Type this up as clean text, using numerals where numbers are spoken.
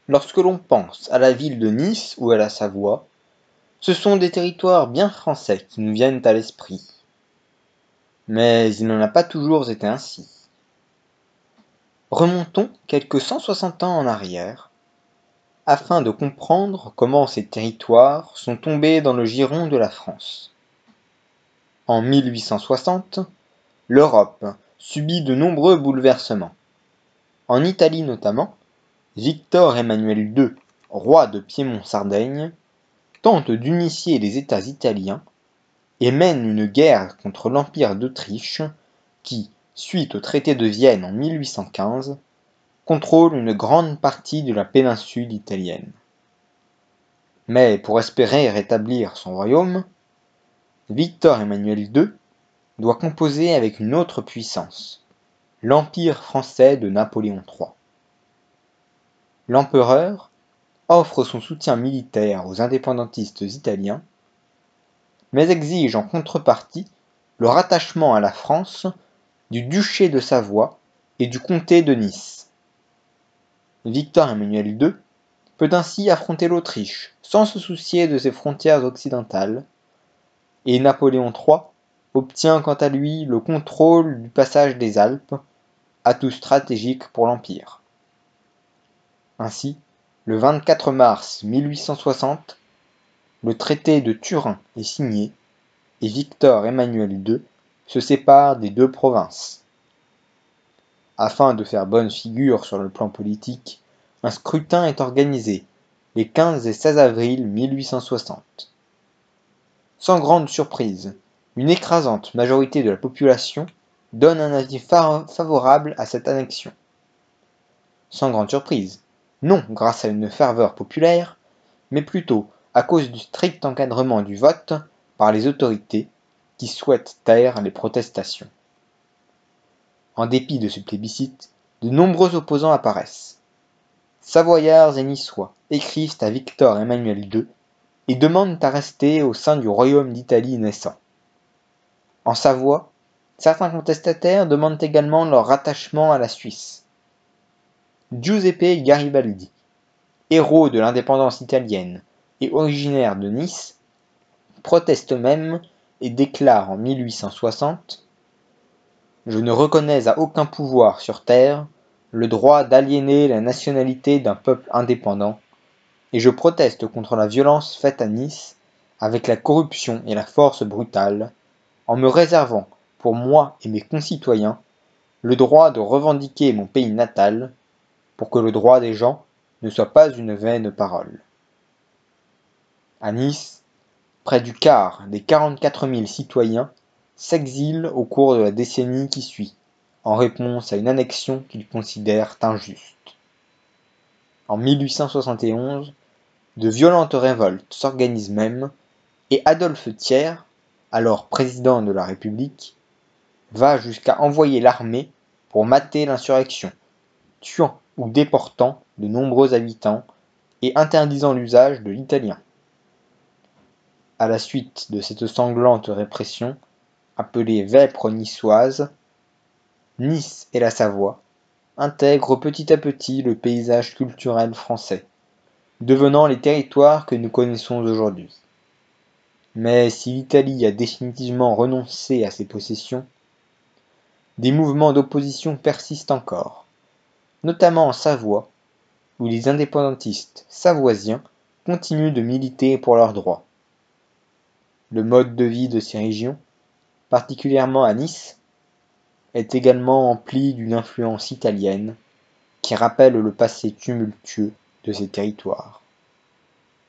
Lorsque l'on pense à la ville de Nice ou à la Savoie, ce sont des territoires bien français qui nous viennent à l'esprit. Mais il n'en a pas toujours été ainsi. Remontons quelques 160 ans en arrière, afin de comprendre comment ces territoires sont tombés dans le giron de la France. En 1860, l'Europe subit de nombreux bouleversements. En Italie notamment, Victor Emmanuel II, roi de Piémont-Sardaigne, tente d'unifier les États italiens et mène une guerre contre l'Empire d'Autriche qui, suite au traité de Vienne en 1815, contrôle une grande partie de la péninsule italienne. Mais pour espérer rétablir son royaume, Victor Emmanuel II doit composer avec une autre puissance, l'Empire français de Napoléon III. L'empereur offre son soutien militaire aux indépendantistes italiens, mais exige en contrepartie le rattachement à la France du duché de Savoie et du comté de Nice. Victor Emmanuel II peut ainsi affronter l'Autriche sans se soucier de ses frontières occidentales, et Napoléon III obtient quant à lui le contrôle du passage des Alpes, atout stratégique pour l'Empire. Ainsi, le 24 mars 1860, le traité de Turin est signé et Victor Emmanuel II se sépare des deux provinces. Afin de faire bonne figure sur le plan politique, un scrutin est organisé les 15 et 16 avril 1860. Sans grande surprise, une écrasante majorité de la population donne un avis favorable à cette annexion. Sans grande surprise, non grâce à une ferveur populaire, mais plutôt à cause du strict encadrement du vote par les autorités qui souhaitent taire les protestations. En dépit de ce plébiscite, de nombreux opposants apparaissent. Savoyards et Niçois écrivent à Victor Emmanuel II et demandent à rester au sein du royaume d'Italie naissant. En Savoie, certains contestataires demandent également leur rattachement à la Suisse. Giuseppe Garibaldi, héros de l'indépendance italienne et originaire de Nice, proteste même et déclare en 1860 « Je ne reconnais à aucun pouvoir sur terre le droit d'aliéner la nationalité d'un peuple indépendant, et je proteste contre la violence faite à Nice avec la corruption et la force brutale, en me réservant, pour moi et mes concitoyens, le droit de revendiquer mon pays natal, pour que le droit des gens ne soit pas une vaine parole. » À Nice, près du quart des 44 000 citoyens s'exilent au cours de la décennie qui suit, en réponse à une annexion qu'ils considèrent injuste. En 1871, de violentes révoltes s'organisent même, et Adolphe Thiers, alors président de la République, va jusqu'à envoyer l'armée pour mater l'insurrection, tuant ou déportant de nombreux habitants et interdisant l'usage de l'italien. À la suite de cette sanglante répression, appelée vêpre niçoise, Nice et la Savoie intègrent petit à petit le paysage culturel français, devenant les territoires que nous connaissons aujourd'hui. Mais si l'Italie a définitivement renoncé à ses possessions, des mouvements d'opposition persistent encore, notamment en Savoie, où les indépendantistes savoisiens continuent de militer pour leurs droits. Le mode de vie de ces régions, particulièrement à Nice, est également empli d'une influence italienne qui rappelle le passé tumultueux de ces territoires.